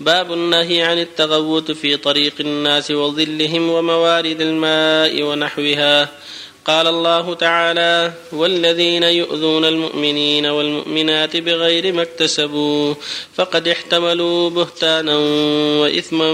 باب النهي عن التغوط في طريق الناس وظلهم وموارد الماء ونحوها. قال الله تعالى: والذين يؤذون المؤمنين والمؤمنات بغير ما اكتسبوا فقد احتملوا بهتانا وإثما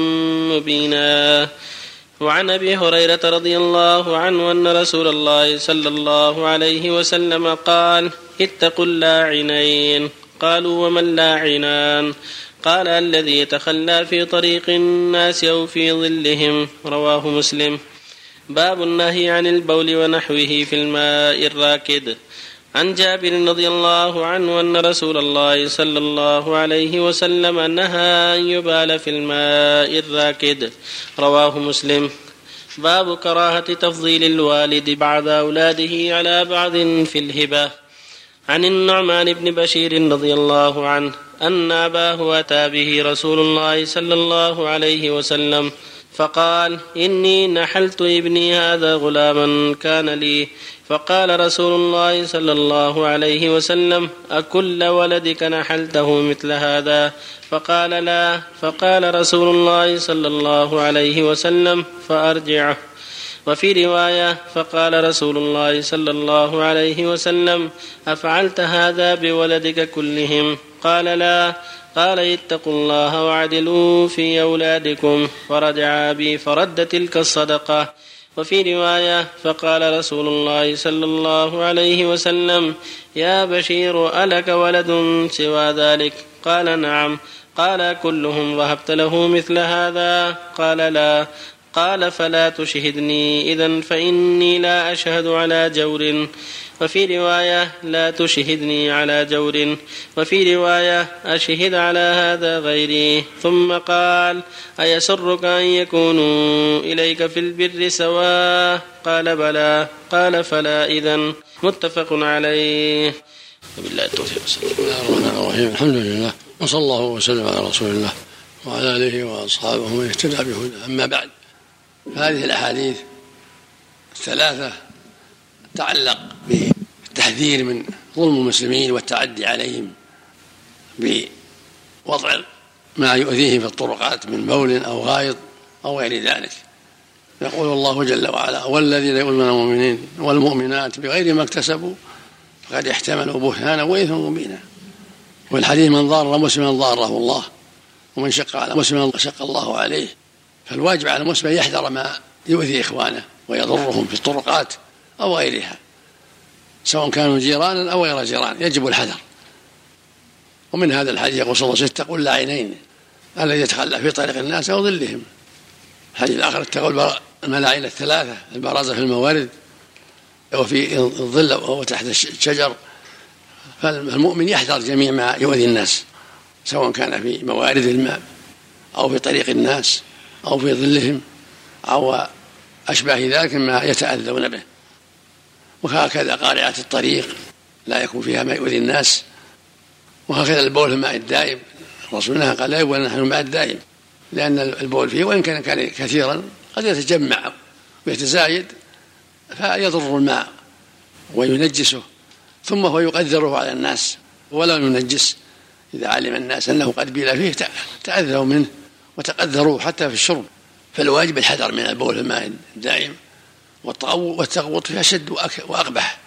مبينا. وعن أبي هريرة رضي الله عنه أن رسول الله صلى الله عليه وسلم قال: اتقوا اللاعنين. قالوا: وما اللاعنان؟ قال: الذي يتخلى في طريق الناس أو في ظلهم. رواه مسلم. باب النهي عن البول ونحوه في الماء الراكد. عن جابر رضي الله عنه أن رسول الله صلى الله عليه وسلم نهى أن يبال في الماء الراكد. رواه مسلم. باب كراهة تفضيل الوالد بعض أولاده على بعض في الهبة. عن النعمان بن بشير رضي الله عنه أن أباه أتى به رسول الله صلى الله عليه وسلم فقال: إني نحلت ابني هذا غلاما كان لي. فقال رسول الله صلى الله عليه وسلم: أكل ولدك نحلته مثل هذا؟ فقال: لا. فقال رسول الله صلى الله عليه وسلم: فأرجعه. وفي رواية: فقال رسول الله صلى الله عليه وسلم: أفعلت هذا بولدك كلهم؟ قال: لا. قال: اتقوا الله واعدلوا في أولادكم. فرجع أبي فرد تلك الصدقة. وفي رواية: فقال رسول الله صلى الله عليه وسلم: يا بشير، ألك ولد سوى ذلك؟ قال: نعم. قال: كلهم وهبت له مثل هذا؟ قال: لا. قال: فلا تشهدني إذن، فإني لا أشهد على جور. وفي رواية: لا تشهدني على جور. وفي رواية: أشهد على هذا غيري. ثم قال: أيسرك أن يكونوا إليك في البر سواء؟ قال: بلى. قال: فلا إذن. متفق عليه. وبالله التوفيق. بسم الله الرحمن الرحيم. الحمد لله، وصلى الله وسلم على رسول الله وعلى آله وأصحابه من اهتدى بهداه. أما بعد، هذه الأحاديث الثلاثة تتعلق بالتحذير من ظلم المسلمين والتعدي عليهم بوضع ما يؤذيهم في الطرقات من بول أو غائط أو غير ذلك. يقول الله جل وعلا: والذين يؤذون المؤمنين والمؤمنات بغير ما اكتسبوا فقد احتملوا بهتانا وإثما مبينا. والحديث: من ضار مسلما ضاره الله، ومن شق على مسلما شق الله عليه. فالواجب على المسلم يحذر ما يؤذي إخوانه ويضرهم في الطرقات أو غيرها، سواء كانوا جيرانا أو غير جيران، يجب الحذر. ومن هذا الحديث يقول صلى الله عليه وسلم: اتقوا اللاعنين الذي يتخلى في طريق الناس أو ظلهم. الحديث الآخر: اتقوا الملاعين الثلاثة، البرازة في الموارد وفي الظل وتحت الشجر. فالمؤمن يحذر جميع ما يؤذي الناس، سواء كان في موارد الماء أو في طريق الناس أو في ظلهم أو أشباه ذلك ما يتأذون به. وهكذا قارعة الطريق لا يكون فيها ما يؤذي الناس. وهكذا البول في الماء الدائم، رسولنا قال: لا يبول نحن الماء الدائم، لأن البول فيه وإن كان كثيرا قد يتجمع ويتزايد فيضر الماء وينجسه، ثم هو يقدره على الناس ولا ينجس. إذا علم الناس أنه قد بيل فيه تأذوا منه وتقدروا حتى في الشرب. فالواجب الحذر من البول في الماء الدائم، والتغوط فيه أشد وأقبح.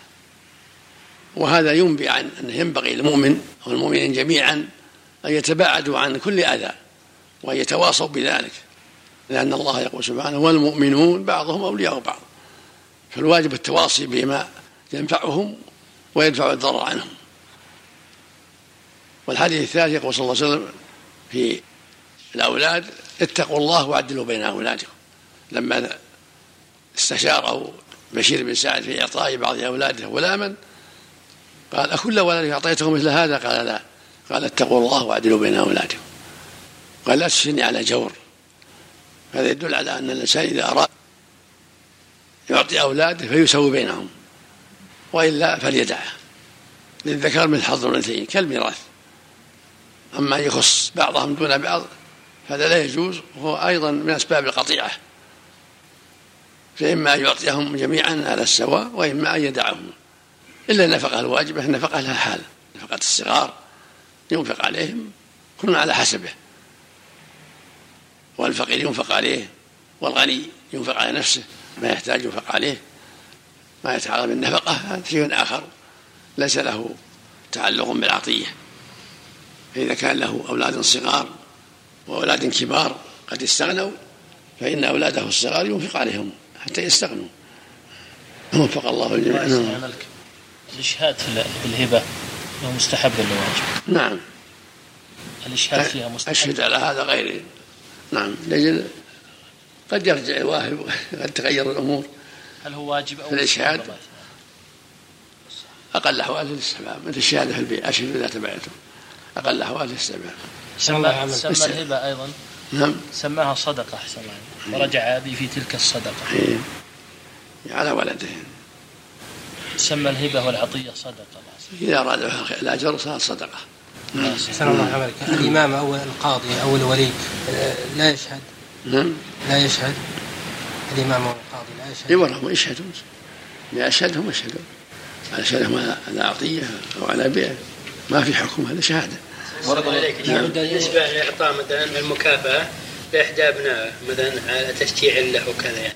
وهذا ينبئ عن أنه ينبغي للمؤمن والمؤمنين جميعا أن يتباعدوا عن كل أذى وأن يتواصوا بذلك، لأن الله يقول سبحانه: والمؤمنون بعضهم أولياء بعض. فالواجب التواصي بما ينفعهم ويدفع الضرر عنهم. والحديث الثالث يقول صلى الله عليه وسلم في الأولاد: اتقوا الله واعدلوا بين أولادكم. لما استشاره بشير بن سعد في إعطاء بعض أولاده غلاما قال: أكل ولدك أعطيته مثل هذا؟ قال: لا. قال: اتقوا الله واعدلوا بين أولادكم. قال: لا تشفني على جور. هذا يدل على أن الإنسان إذا أراد يعطي أولاده فيسوي بينهم، وإلا فليدعه. للذكر مثل حظ الأنثيين كالميراث. أما يخص بعضهم دون بعض فهذا لا يجوز، وهو أيضا من أسباب القطيعة. فإما أن يعطيهم جميعا على السواء، وإما أن يدعهم، إلا النفقة الواجبة. النفقة لها حال، نفقة الصغار ينفق عليهم كل على حسبه، والفقير ينفق عليه، والغني ينفق على نفسه ما يحتاج ينفق عليه. ما يتعلق بالنفقة هذا شيء آخر ليس له تعلق بالعطية. فإذا كان له أولاد صغار وأولاد كبار قد استغنوا فإن أولاده الصغار ينفق عليهم حتى يستغنوا. وفق الله الجميع. الإشهاد في الهبة هو مستحب ولا واجب؟ نعم، الإشهاد فيها مستحب. أشهد على هذا غير. نعم، لأجل قد يرجع الواهب قد تغير الأمور. هل هو واجب أو في الإشهاد؟ أقل أحواله الاستحباب، مثل الشهادة في البيت أشهد إذا تبعتم، أقل أحواله الاستحباب. سمى الهبة أيضا. نعم، سماها صدقة أحسن الله، ورجع أبي في تلك الصدقة على ولده. سمى الهبة والعطية صدقة إذا أراد الأجر صارت صدقة. أحسن الله عليك. الإمام أو القاضي أو الولي لا يشهد. نعم، لا يشهد الإمام أو القاضي لا يشهد. يورهم يشهدون، يشهدهم يشهدون على شهدهم على عطية أو على بيع، ما في حكم، هذا شهادة. بالنسبة لإعطاء مثلا المكافأة لإحدى أبنائه مثلا على تشجيع له وكذا يعني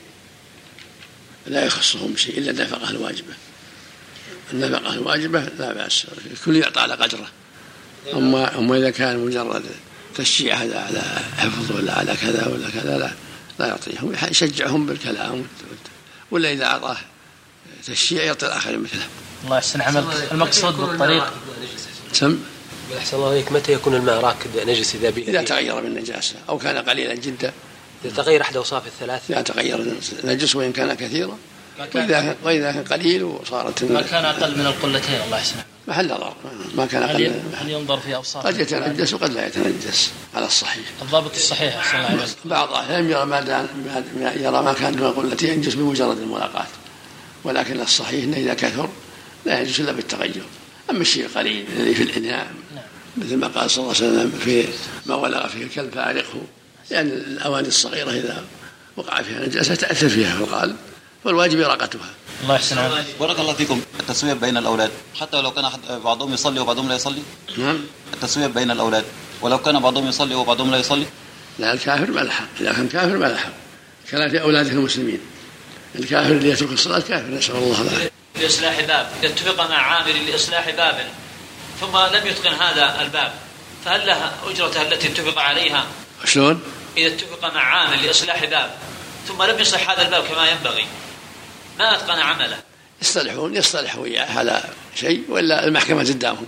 لا يخصهم شيء إلا النفقة الواجبة. النفقة الواجبة لا بأس، الكل يعطى على قدره. أما إذا كان مجرد تشجيع هذا على حفظ ولا على كذا ولا كذا لا يعطيهم، يشجعهم بالكلام، ولا إذا أعطاه تشجيع يعطي الآخر مثله. الله يحسن عملك. المقصود بالطريق أحسن الله عليك. متى يكون الماء راكد نجس إذا تغير بالنجاسة أو كان قليلا جدا، إذا تغير أحد أوصاف الثلاث، إذا تغير نجس وإن كان كثيرا، وإذا كان قليل وصارت ما كان أقل من القلتين. الله يحسن محل ضرر، ما كان أقل. هل ينظر في أوصاف؟ قد يتنجس وقد لا يتنجس على الصحيح. الضابط الصحيح أحسن الله عليك. بعض أهل يرى ما كان دون القلتين ينجس بمجرد الملاقاة، ولكن الصحيح أنه إذا كثر لا ينجس إلا بالتغير. أما الشيء القليل الذي في الإناء مثل ما قال صلى الله عليه وسلم في ما ولغ فيه الكلب فأرقه، لأن يعني الأواني الصغيرة إذا وقع فيها نجاسة تأثر فيها في القلب، والواجب إراقتها. الله يحسن عليك. بارك الله فيكم. التسوية بين الأولاد حتى ولو كان بعضهم يصلي وبعضهم لا يصلي. نعم، التسوية بين الأولاد ولو كان بعضهم يصلي وبعضهم لا يصلي. لا، الكافر ما لحق، إذا كان كافر ما لحق. كان في أولاده المسلمين. الكافر اللي يترك الصلاة كافر، نسأل الله العافية. لإصلاح باب، إذا اتفق مع عامل لإصلاح باب ثم لم يتقن هذا الباب فهل لها أجرتها التي اتفق عليها؟ شلون؟ إذا اتفق مع عامل لإصلاح باب ثم لم يصلح هذا الباب كما ينبغي، ما أتقن عمله، يصطلحوا على شيء ولا المحكمة قدامهم،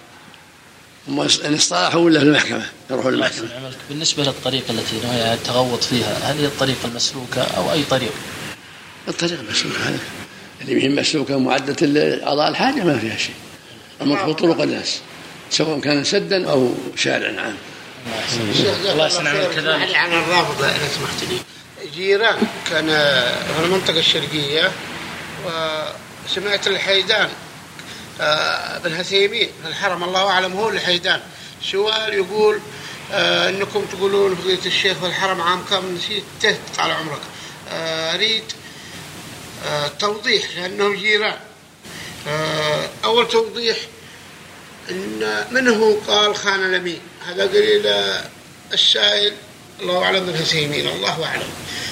إن اصطلحوا ولا في المحكمة يروحوا للمحكمة. بالنسبة للطريقة التي نهي التغوط فيها، هل هي الطريقة المسلوكة أو أي طريق؟ الطريقة المسلوكة هذا اللي بهم مسلوكة معدة لأعضاء الحاجة ما فيها شيء. المفروض طرق الناس سواء كان سدا أو شارع عام. الله يحسن عليك. كذلك عن الرافضة إذا سمحت لي، جيران كان في المنطقة الشرقية وسمعت الحيدان بن هثيمين الحرم الله أعلم هو الحيدان سؤال يقول أنكم تقولون فضيلة الشيخ الحرم عام كم نسيت على عمرك، أريد توضيح لأنهم جيران. أول توضيح إن منه قال خان الأمين، هذا قليل السائل الله أعلم بن هثيمين الله أعلم.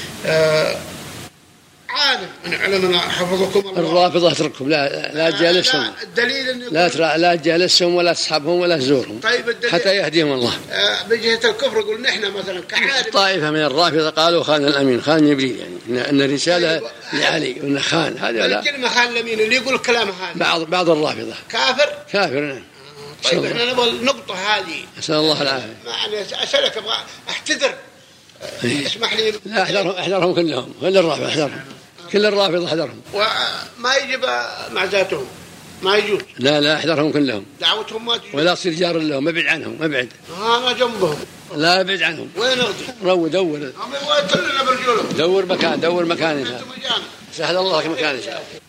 عالم من علمنا حفظكم الله. الرافضة اتركهم، لا تجالسهم. الدليل لا تجالسهم ولا تصحبهم ولا تزورهم. طيب حتى يهديهم الله. بجهة الكفر يقول نحن مثلا كحارب. طائفة من الرافضة قالوا خان الأمين، خان جبريل، يعني أن الرسالة لعلي وأن خان هذا لا. الكلمة خان الأمين اللي يقول الكلام هذا بعض الرافضة كافر نعم. طيب احنا نبغى النقطة هذه. أسأل الله العافية. أسألك أبغى أحتذر. اسمح لي. لا احذرهم كلهم، كل الرافضة احذرهم، كل الرافضة احذرهم. وما يجب مع ذاتهم، ما يجوز. لا احذرهم كلهم. دعوتهم ما تجوز. ولا تصير جار لهم، ابعد عنهم ابعد. أنا جنبهم. لا ابعد عنهم. وين أرضي؟ دور. كلنا برجولهم. دور مكان سهل الله لك مكان.